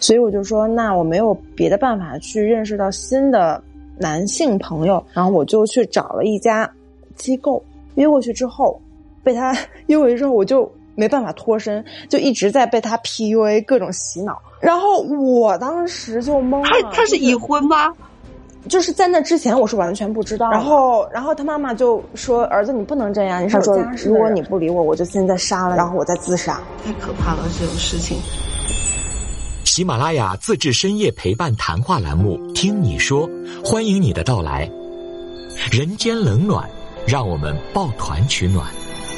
所以我就说那我没有别的办法去认识到新的男性朋友，然后我就去找了一家机构，约过去之后被他约过去之后我就没办法脱身，就一直在被他 PUA 各种洗脑，然后我当时就懵了。 他是已婚吗？ 就是在那之前我是完全不知道，然后他妈妈就说儿子你不能这样，你是有家室的人，如果你不理我就现在杀了，然后我再自杀。 太可怕了这种事情。 喜马拉雅自制深夜陪伴谈话栏目听你说，欢迎你的到来。人间冷暖，让我们抱团取暖。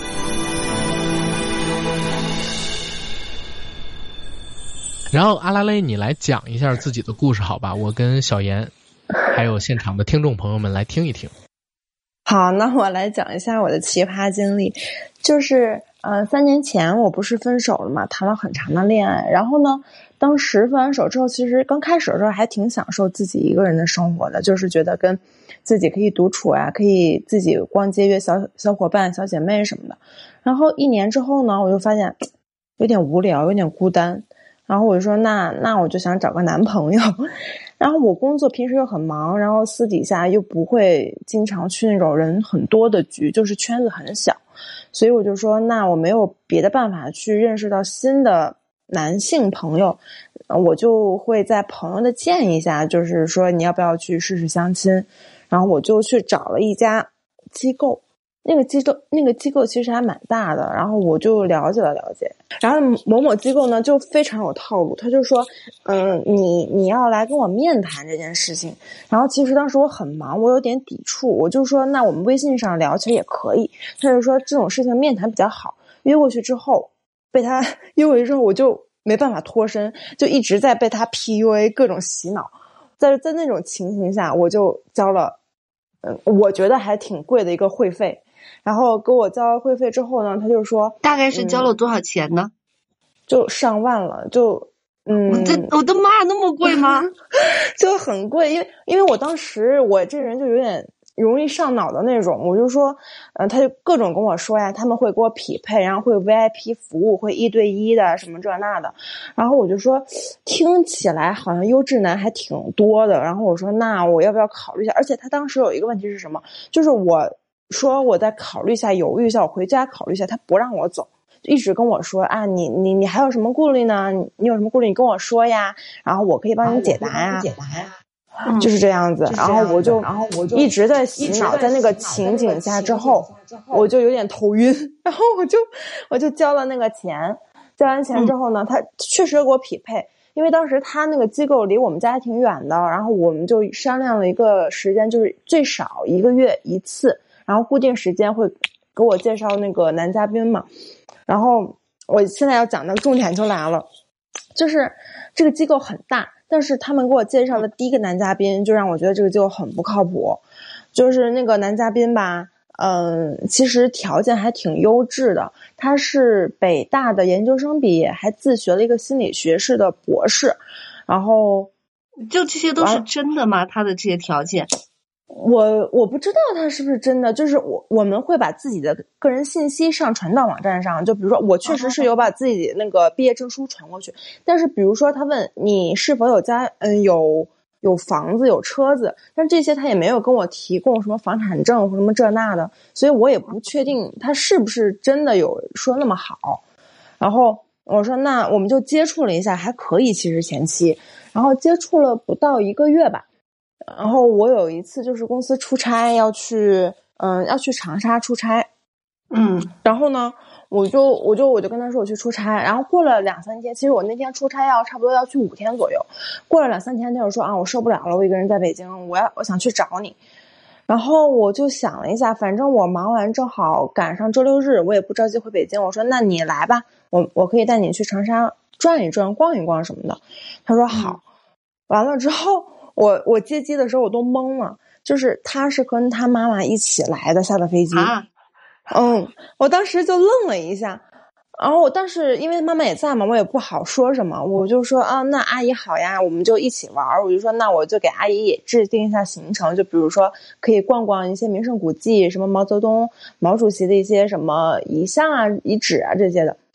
然后阿拉蕾你来讲一下自己的故事好吧，我跟小妍还有现场的听众朋友们来听一听。 好，那我来讲一下我的奇葩经历。就是3年前我不是分手了嘛，谈了很长的恋爱，然后呢当时分完手之后，其实刚开始的时候还挺享受自己一个人的生活的，就是觉得跟自己可以独处啊，可以自己逛街约小伙伴小姐妹什么的。然后1年之后呢，我就发现有点无聊，有点孤单，然后我就说那我就想找个男朋友。然后我工作平时又很忙，然后私底下又不会经常去那种人很多的局，就是圈子很小，所以我就说那我没有别的办法去认识到新的男性朋友，我就会在朋友的建议下，就是说你要不要去试试相亲。然后我就去找了一家机构，那个机构其实还蛮大的，然后我就了解了了解。然后某某机构呢就非常有套路，他就说你要来跟我面谈这件事情。然后其实当时我很忙，我有点抵触，我就说那我们微信上聊其实也可以。他就说这种事情面谈比较好，约过去之后被他约过去之后我就没办法脱身，就一直在被他 PUA 各种洗脑。在那种情形下我就交了我觉得还挺贵的一个会费。然后给我交了会费之后呢，他就说大概是交了多少钱呢？ 就上万了，就我的妈，那么贵吗？ 就很贵，因为我当时我这人就有点容易上脑的那种，我就说他就各种跟我说呀，他们会给我匹配，然后会有 VIP 服务，会1对1的什么这那的。然后我就说听起来好像优质男还挺多的，然后我说那我要不要考虑一下。而且他当时有一个问题是什么，就是我说我再考虑一下，犹豫一下，我回家考虑一下，他不让我走，就一直跟我说啊，你还有什么顾虑呢？你有什么顾虑你跟我说呀，然后我可以帮你解答呀。就是这样子。然后我就一直在洗脑，在那个情景下之后我就有点头晕，然后我就交了那个钱。交完钱之后呢，他确实给我匹配，因为当时他那个机构离我们家还挺远的，然后我们就商量了一个时间，就是最少1个月1次，然后固定时间会给我介绍那个男嘉宾嘛。然后我现在要讲的重点就来了，就是这个机构很大，但是他们给我介绍的第一个男嘉宾就让我觉得这个机构很不靠谱。就是那个男嘉宾吧，其实条件还挺优质的，他是北大的研究生毕业，还自学了一个心理学士的博士。然后就这些都是真的吗？他的这些条件我不知道他是不是真的，就是我们会把自己的个人信息上传到网站上，就比如说我确实是有把自己那个毕业证书传过去，但是比如说他问你是否有家有房子有车子，但这些他也没有跟我提供什么房产证或什么这那的，所以我也不确定他是不是真的有说那么好。然后我说那我们就接触了一下，还可以，其实前期然后接触了不到1个月吧。然后我有一次就是公司出差要去长沙出差，然后呢我就跟他说我去出差，然后过了2-3天，其实我那天出差差不多要去5天左右，过了2-3天他就说啊我受不了了，我一个人在北京，我想去找你。然后我就想了一下，反正我忙完正好赶上周6日，我也不着急回北京，我说那你来吧，我可以带你去长沙转一转逛一逛什么的。他说好。完了之后我接机的时候我都懵了，就是他是跟他妈妈一起来的，下的飞机我当时就愣了一下。然后我当时因为妈妈也在嘛，我也不好说什么，我就说啊那阿姨好呀，我们就一起玩。我就说那我就给阿姨也制定一下行程，就比如说可以逛逛一些名胜古迹，什么毛泽东毛主席的一些什么遗像啊遗址啊这些的。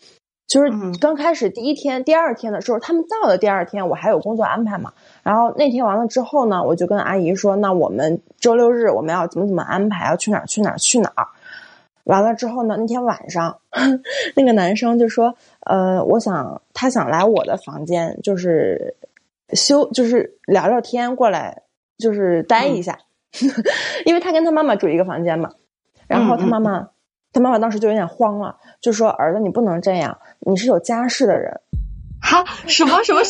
就是刚开始第一天、第二天的时候，他们到的第二天，我还有工作安排嘛。然后那天完了之后呢，我就跟阿姨说，那我们周六日我们要怎么安排，要去哪儿。完了之后呢，那天晚上那个男生就说他想来我的房间，就是聊聊天，过来就是待一下。因为他跟他妈妈住一个房间嘛。然后他妈妈当时就有点慌了，就说儿子你不能这样，你是有家室的人。 哈，什么我听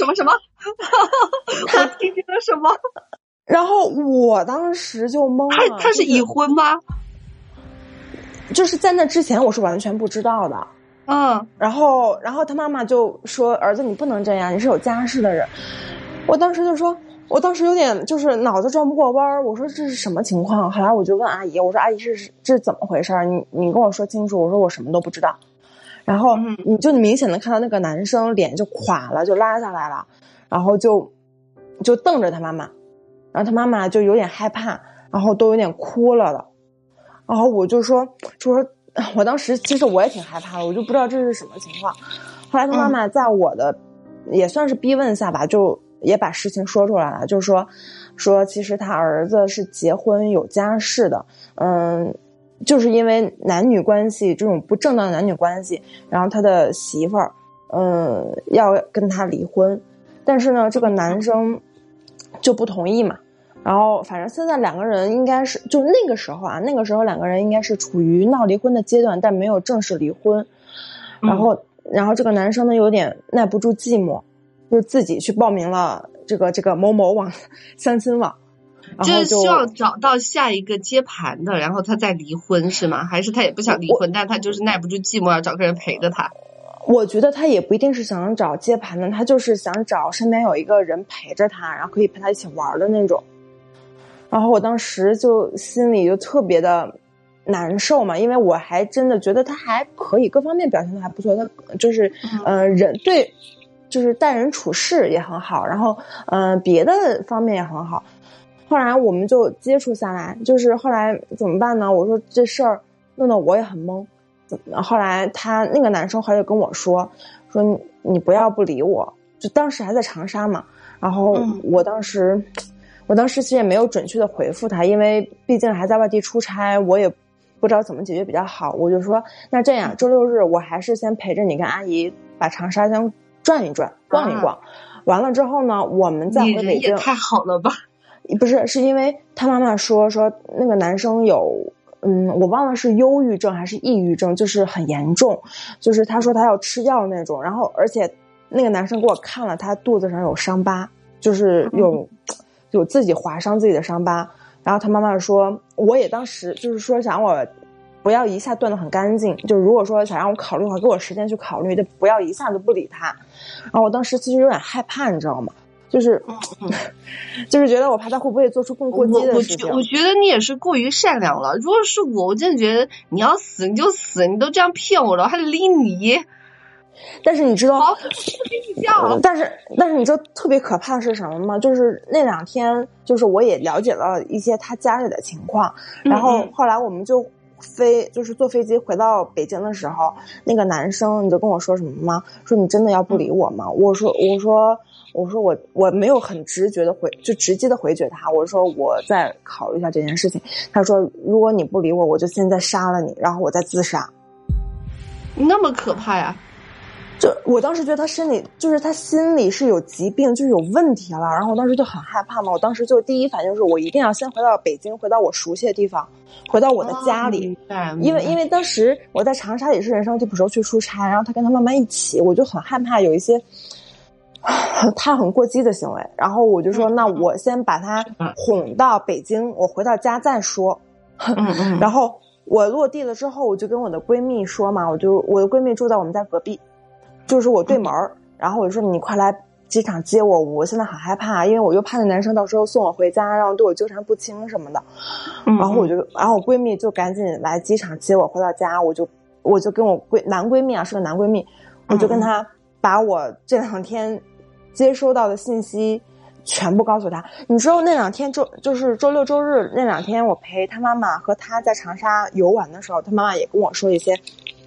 见了什么？ 然后我当时就懵了。 他是已婚吗？ 就是在那之前我是完全不知道的。然后他妈妈就说儿子你不能这样，你是有家室的人。我当时有点就是脑子转不过弯儿，我说这是什么情况？后来我就问阿姨，我说阿姨这是怎么回事？你跟我说清楚。我说我什么都不知道。然后你就明显的看到那个男生脸就垮了，就拉下来了，然后就瞪着他妈妈，然后他妈妈就有点害怕，然后都有点哭了的。然后我就说我当时其实我也挺害怕的，我就不知道这是什么情况。后来他妈妈在我的也算是逼问下吧，就也把事情说出来了，就说其实他儿子是结婚有家室的，就是因为男女关系这种不正当的男女关系，然后他的媳妇儿要跟他离婚，但是呢这个男生就不同意嘛。然后反正现在两个人应该是就那个时候两个人应该是处于闹离婚的阶段，但没有正式离婚。然后这个男生呢有点耐不住寂寞，就自己去报名了这个某某网相亲网，然后就是希望找到下一个接盘的，然后他再离婚是吗？还是他也不想离婚，但他就是耐不住寂寞要找个人陪着他？ 我觉得他也不一定是想找接盘的，他就是想找身边有一个人陪着他，然后可以陪他一起玩的那种。然后我当时就心里就特别的难受嘛，因为我还真的觉得他还可以，各方面表现的还不错，他就是人对就是待人处事也很好，然后别的方面也很好。后来我们就接触下来，就是后来怎么办呢？我说这事儿弄得我也很懵。后来他那个男生后来就跟我说你不要不理我，就当时还在长沙嘛。然后我当时其实也没有准确的回复他，因为毕竟还在外地出差，我也不知道怎么解决比较好。我就说那这样周六日我还是先陪着你跟阿姨把长沙先转一转逛一逛，完了之后呢我们再回北京。 你人也太好了吧？ 不是，是因为他妈妈说那个男生有我忘了是忧郁症还是抑郁症，就是很严重，就是他说他要吃药那种。然后而且那个男生给我看了他肚子上有伤疤，就是有自己划伤自己的伤疤。然后他妈妈说我也当时就是说想我不要一下断得很干净，就如果说想让我考虑的话给我时间去考虑，就不要一下子不理他。然后我当时其实有点害怕你知道吗，就是觉得我怕他会不会做出更过激的事情。 我觉得你也是过于善良了，如果是我真的觉得你要死你就死，你都这样骗我了还理你。 但是你知道好，给你叫。但是你知道特别可怕的是什么吗？就是那2天就是我也了解了一些他家里的情况，然后后来我们就就是坐飞机回到北京的时候，那个男生你就跟我说什么吗？说你真的要不理我吗？我说我没有很直接的回绝他，我说我再考虑一下这件事情。他说如果你不理我，我就现在杀了你，然后我再自杀。 那么可怕呀？ 就我当时觉得他心里是有疾病，就是有问题了，然后我当时就很害怕嘛。我当时就第一反应就是我一定要先回到北京，回到我熟悉的地方，回到我的家里。因为当时我在长沙也是人生地不熟去出差，然后他跟他妈妈一起，我就很害怕有一些他很过激的行为。然后我就说那我先把他哄到北京，我回到家再说。然后我落地了之后，我就跟我的闺蜜说嘛，我的闺蜜住在我们家隔壁，就是我对门，然后我就说你快来机场接我，我现在很害怕，因为我又怕那男生到时候送我回家，然后对我纠缠不清什么的。然后我闺蜜就赶紧来机场接我回到家，我就跟我男闺蜜啊，是个男闺蜜，我就跟他把我这2天接收到的信息全部告诉他。你知道那2天就是周六周日那2天，我陪他妈妈和他在长沙游玩的时候，他妈妈也跟我说一些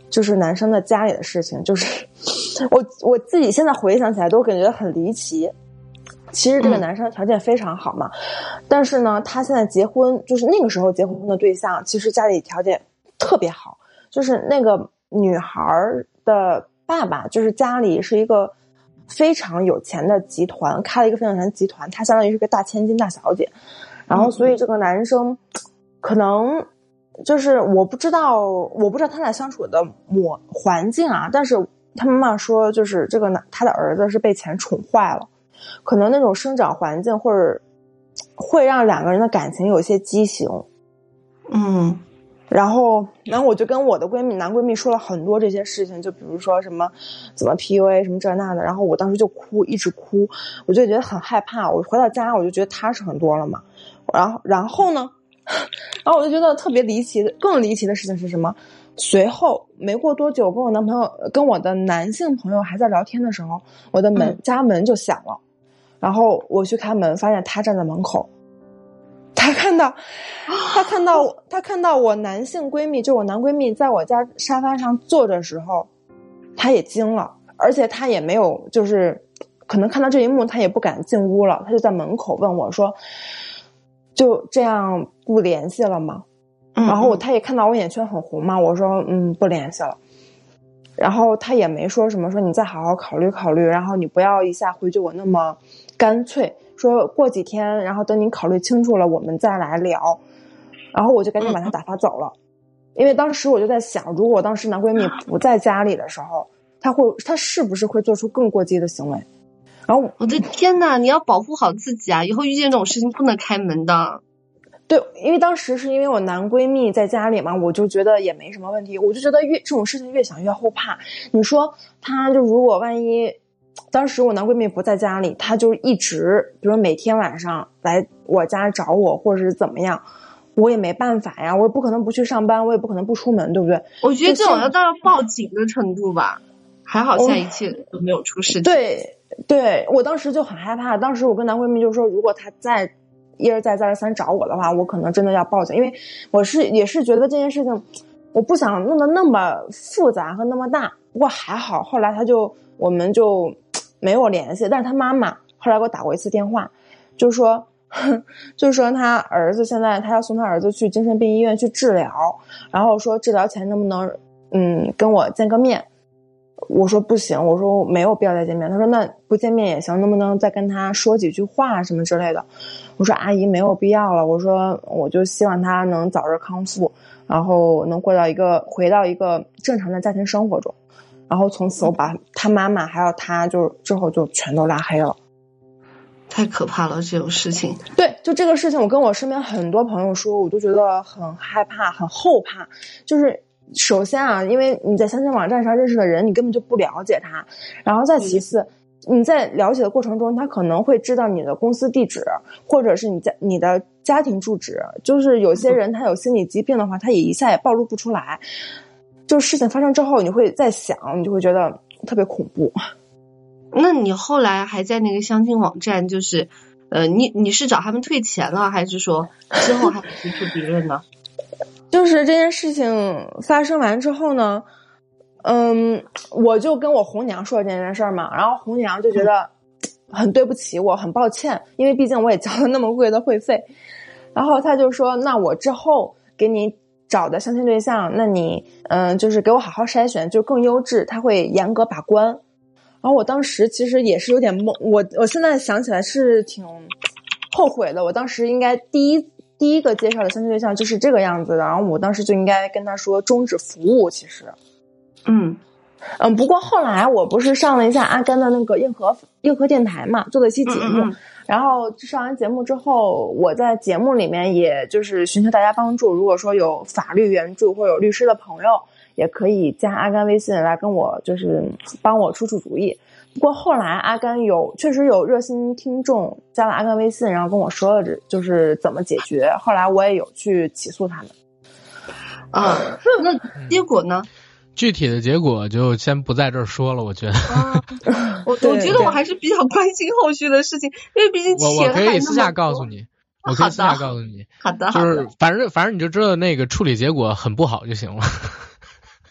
就是男生的家里的事情，就是我自己现在回想起来都感觉很离奇。其实这个男生条件非常好嘛，但是呢，他现在结婚，就是那个时候结婚的对象，其实家里条件特别好，就是那个女孩的爸爸，就是家里是一个非常有钱的集团，开了一个非常有钱的集团，他相当于是个大千金大小姐。然后所以这个男生可能就是我不知道他俩相处的环境啊，但是他妈妈说就是这个他的儿子是被钱宠坏了，可能那种生长环境或者会让两个人的感情有一些畸形。然后我就跟我的男闺蜜说了很多这些事情，就比如说什么怎么 PUA 什么这那的，然后我当时就哭，一直哭，我就觉得很害怕。我回到家我就觉得踏实很多了嘛。然后呢，然后我就觉得特别离奇的，更离奇的事情是什么？随后没过多久，跟我的男性朋友还在聊天的时候，我的家门就响了，然后我去开门，发现他站在门口。他看到我男性闺蜜，就我男闺蜜在我家沙发上坐的时候，他也惊了，而且他也没有，就是可能看到这一幕，他也不敢进屋了，他就在门口问我说：“就这样不联系了吗？”然后他也看到我眼圈很红嘛，我说不联系了。然后他也没说什么，说你再好好考虑考虑，然后你不要一下回绝我那么干脆，说过几天，然后等你考虑清楚了我们再来聊。然后我就赶紧把他打发走了。因为当时我就在想，如果我当时男闺蜜不在家里的时候，他是不是会做出更过激的行为。然后我的天哪，你要保护好自己啊，以后遇见这种事情不能开门的。 对，因为当时是因为我男闺蜜在家里嘛，我就觉得也没什么问题，我就觉得这种事情越想越后怕。你说他就如果万一当时我男闺蜜不在家里，他就一直比如每天晚上来我家找我或者是怎么样，我也没办法呀，我也不可能不去上班，我也不可能不出门，对不对？ 我觉得这种要到报警的程度吧。还好现在一切都没有出事情。 对，我当时就很害怕。当时我跟男闺蜜就说，如果他再一而再再而三找我的话，我可能真的要报警，因为也是觉得这件事情我不想弄得那么复杂和那么大。不过还好后来我们就没有联系，但是他妈妈后来给我打过一次电话，就说他儿子现在他要送他儿子去精神病医院去治疗，然后说治疗前能不能跟我见个面。我说不行，我说没有必要再见面。他说那不见面也行，能不能再跟他说几句话什么之类的。我说阿姨没有必要了，我说我就希望他能早日康复，然后能回到一个正常的家庭生活中。然后从此我把他妈妈还有他之后就全都拉黑了。 太可怕了这种事情。 对，就这个事情我跟我身边很多朋友说，我都觉得很害怕很后怕。就是首先啊，因为你在相亲网站上认识的人你根本就不了解他，然后再其次你在了解的过程中他可能会知道你的公司地址或者是你的家庭住址，就是有些人他有心理疾病的话他一下也暴露不出来。就事情发生之后你会再想，你就会觉得特别恐怖。 那你后来还在那个相亲网站，就是你是找他们退钱了，还是说之后还提出别人呢？ 就是这件事情发生完之后呢，我就跟我红娘说了这件事嘛，然后红娘就觉得很对不起我，很抱歉，因为毕竟我也交了那么贵的会费。然后他就说，那我之后给你找的相亲对象，那你就是给我好好筛选，就更优质，他会严格把关。然后我当时其实也是有点懵，我现在想起来是挺后悔的。我当时应该第一个介绍的相亲对象就是这个样子的，然后我当时就应该跟他说终止服务。其实不过后来我不是上了一下阿甘的那个硬核电台嘛，做了一期节目，然后上完节目之后，我在节目里面也就是寻求大家帮助，如果说有法律援助或者有律师的朋友，也可以加阿甘微信来跟我就是帮我出主意。不过后来阿甘确实有热心听众加了阿甘微信，然后跟我说了就是怎么解决，后来我也有去起诉他们。 那结果呢？ 具体的结果就先不在这儿说了，我觉得。 我觉得我还是比较关心后续的事情，因为毕竟钱我可以私下告诉你。 好的， 就是反正你就知道那个处理结果很不好就行了。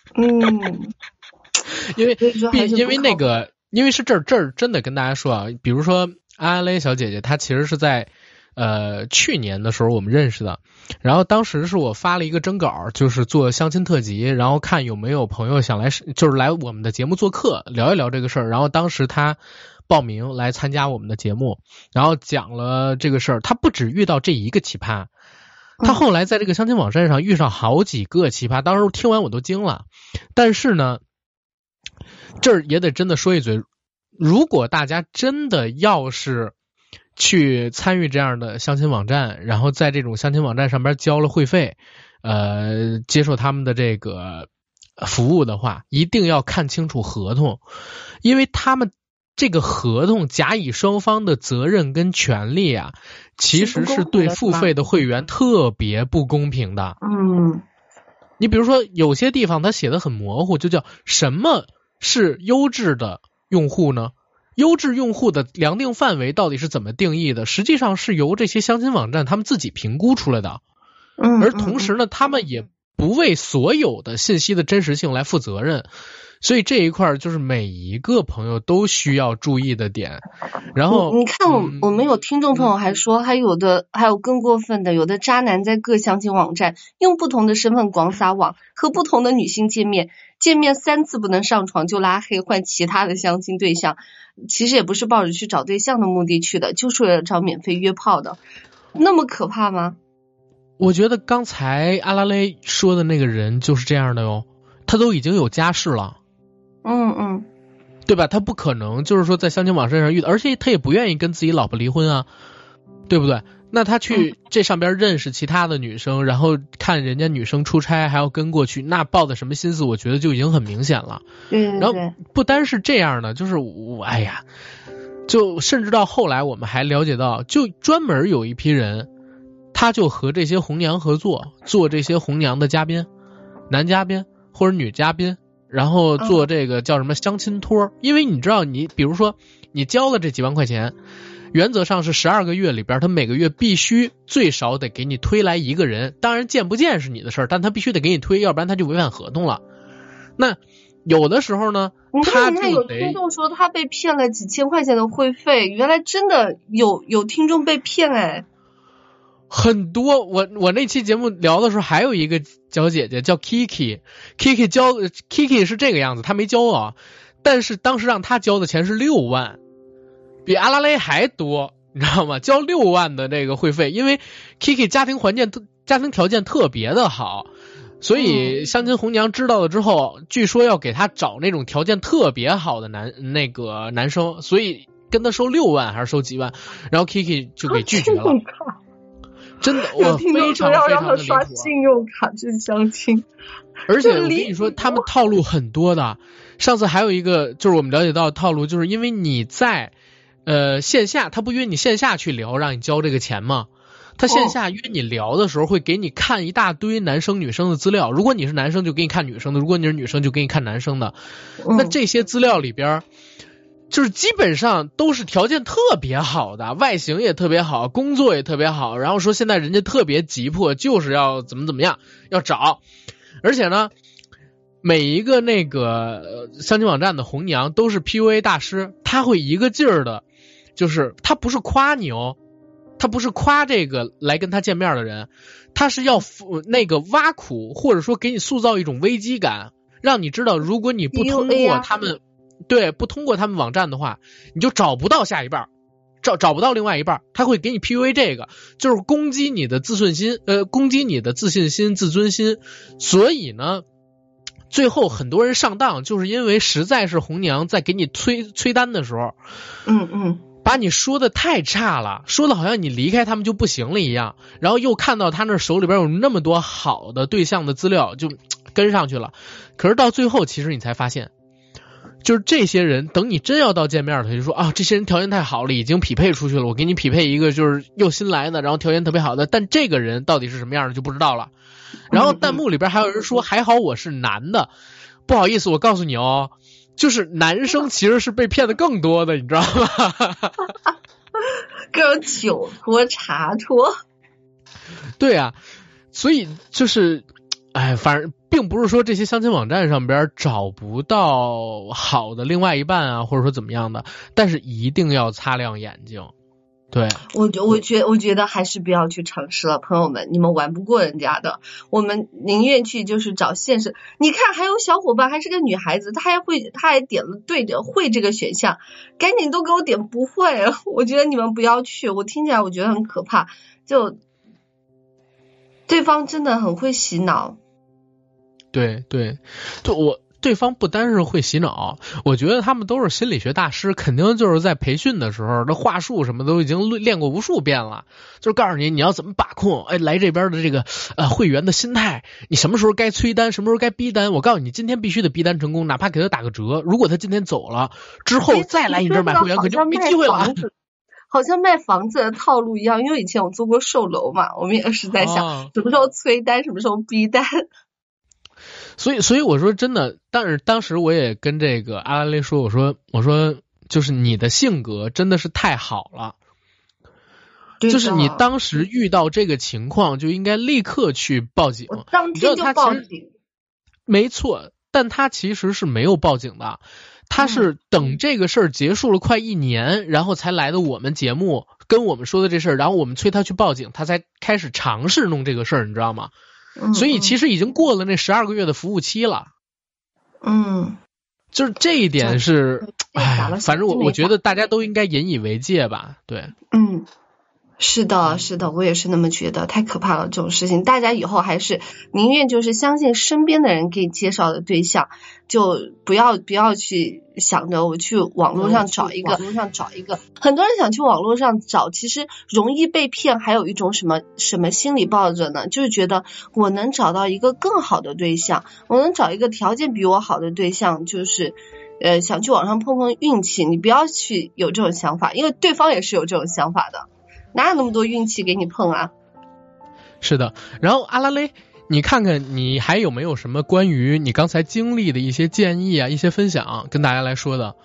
因为是这儿真的跟大家说啊，比如说阿雷小姐姐，她其实是在去年的时候我们认识的，然后当时是我发了一个征稿，就是做相亲特辑，然后看有没有朋友想来，就是来我们的节目做客聊一聊这个事儿，然后当时她报名来参加我们的节目，然后讲了这个事儿，她不止遇到这一个奇葩，她后来在这个相亲网站上遇上好几个奇葩，当时听完我都惊了。但是呢，这儿也得真的说一嘴，如果大家真的要是去参与这样的相亲网站，然后在这种相亲网站上边交了会费，接受他们的这个服务的话，一定要看清楚合同，因为他们这个合同甲乙双方的责任跟权利啊，其实是对付费的会员特别不公平的。你比如说有些地方它写的很模糊，就叫什么是优质的用户呢？优质用户的量定范围到底是怎么定义的？实际上是由这些相亲网站他们自己评估出来的。而同时呢，他们也不为所有的信息的真实性来负责任。所以这一块就是每一个朋友都需要注意的点。然后你看我们有听众朋友还说，还有更过分的，有的渣男在各相亲网站用不同的身份广撒网，和不同的女性见面3次不能上床就拉黑换其他的相亲对象，其实也不是抱着去找对象的目的去的，就是为了找免费约炮的，那么可怕吗？ 我觉得刚才阿拉蕾说的那个人就是这样的哟，他都已经有家室了。对吧？他不可能就是说在相亲网站上遇到，而且他也不愿意跟自己老婆离婚啊，对不对？那他去这上边认识其他的女生，然后看人家女生出差还要跟过去，那抱的什么心思，我觉得就已经很明显了。然后不单是这样的，就是就甚至到后来我们还了解到，就专门有一批人，他就和这些红娘合作，做这些红娘的嘉宾，男嘉宾或者女嘉宾。然后做这个叫什么相亲托，因为你知道，你比如说你交了这几万块钱，原则上是12个月里边，他每个月必须最少得给你推来一个人，当然见不见是你的事儿，但他必须得给你推，要不然他就违反合同了。那有的时候呢，他就有听众说他被骗了几千块钱的会费，原来真的有听众被骗哎。 很多，我那期节目聊的时候，还有一个小姐姐叫 Kiki 是这个样子，她没交啊，但是当时让她交的钱是6万，比阿拉蕾还多，你知道吗？交6万的这个会费，因为 Kiki 家庭条件特别的好，所以相亲红娘知道了之后，据说要给她找那种条件特别好的男生，所以跟他收6万还是收几万，然后 Kiki 就给拒绝了。真的，我非常非常的离谱。 刷信用卡去相亲， 而且我跟你说，他们套路很多的。上次还有一个，就是我们了解到的套路，就是因为你在线下，他不约你线下去聊，让你交这个钱吗？他线下约你聊的时候，会给你看一大堆男生女生的资料。如果你是男生，就给你看女生的；如果你是女生，就给你看男生的。那这些资料里边，就是基本上都是条件特别好的，外形也特别好，工作也特别好，然后说现在人家特别急迫，就是要怎么样要找，而且呢每一个那个相亲网站的红娘都是 PUA 大师，他会一个劲儿的，就是他不是夸你哦，他不是夸这个来跟他见面的人，他是要那个挖苦，或者说给你塑造一种危机感，让你知道如果你不通过他们不通过他们网站的话，你就找不到下一半，找不到另外一半，他会给你 PUA 这个，就是攻击你的自信心，攻击你的自信心、自尊心。所以呢，最后很多人上当，就是因为实在是红娘在给你催单的时候，把你说的太差了，说的好像你离开他们就不行了一样，然后又看到他那手里边有那么多好的对象的资料，就跟上去了。可是到最后，其实你才发现。就是这些人，等你真要到见面了，他就说啊，这些人条件太好了，已经匹配出去了，我给你匹配一个就是又新来的，然后条件特别好的，但这个人到底是什么样的就不知道了。然后弹幕里边还有人说，还好我是男的，不好意思，我告诉你哦，就是男生其实是被骗的更多的，你知道吗？ 各种酒托茶托。 对啊，所以就是。反正并不是说这些相亲网站上边找不到好的另外一半啊，或者说怎么样的，但是一定要擦亮眼睛。对， 我觉得还是不要去尝试了，朋友们，你们玩不过人家的，我们宁愿去就是找现实。你看，还有小伙伴还是个女孩子，她还点了对的会这个选项，赶紧都给我点不会。我觉得你们不要去，我听起来我觉得很可怕，就对方真的很会洗脑。 对，对方不单是会洗脑，我觉得他们都是心理学大师，肯定就是在培训的时候，这话术什么都已经练过无数遍了，就是告诉你要怎么把控，来这边的这个会员的心态，你什么时候该催单，什么时候该逼单，我告诉你，今天必须得逼单成功，哪怕给他打个折，如果他今天走了之后再来你这儿买会员，可就没机会了。 好像卖房子的套路一样，因为以前我做过售楼嘛，我们也是在想什么时候催单，什么时候逼单。 所以我说真的，但是当时我也跟这个阿拉蕾说，我说就是你的性格真的是太好了，就是你当时遇到这个情况就应该立刻去报警。 我当天就报警。 没错，但他其实是没有报警的，他是等这个事儿结束了快1年，然后才来的我们节目跟我们说的这事儿，然后我们催他去报警，他才开始尝试弄这个事儿，你知道吗？所以其实已经过了那12个月的服务期了。就是这一点是，反正我觉得大家都应该引以为戒吧。对， 是的，我也是那么觉得，太可怕了这种事情。大家以后还是宁愿就是相信身边的人给你介绍的对象，就不要去想着我去网络上找一个。很多人想去网络上找，其实容易被骗，还有一种什么心理抱着呢？就是觉得我能找到一个更好的对象，我能找一个条件比我好的对象，就是想去网上碰碰运气。你不要去有这种想法，因为对方也是有这种想法的。哪有那么多运气给你碰啊？ 是的，然后阿拉蕾，你看看你还有没有什么关于你刚才经历的一些建议啊，一些分享跟大家来说的？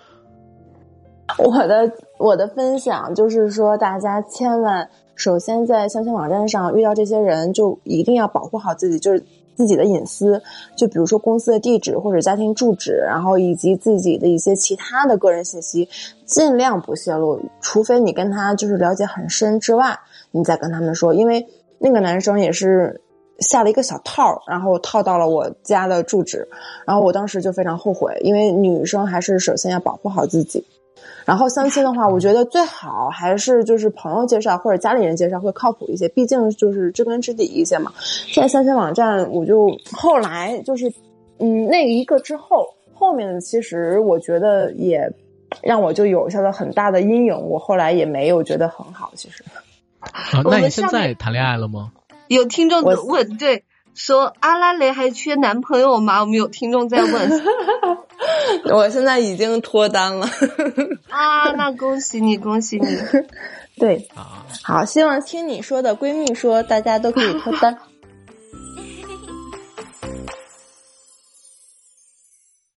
我的分享就是说，大家千万首先在相亲网站上遇到这些人，就一定要保护好自己，就是自己的隐私，就比如说公司的地址或者家庭住址，然后以及自己的一些其他的个人信息，尽量不泄露，除非你跟他就是了解很深之外，你再跟他们说。因为那个男生也是下了一个小套，然后套到了我家的住址，然后我当时就非常后悔，因为女生还是首先要保护好自己。然后相亲的话，我觉得最好还是就是朋友介绍或者家里人介绍会靠谱一些，毕竟就是知根知底一些嘛。现在相亲网站，我就后来就是那一个之后，后面其实我觉得也让我就有下了很大的阴影，我后来也没有觉得很好。其实那你现在谈恋爱了吗？ 有听众问，对，说阿拉蕾还缺男朋友吗？我们有听众在问。 我现在已经脱单了。 啊，那恭喜你，恭喜你。 对，好，希望听你说的闺蜜说大家都可以脱单。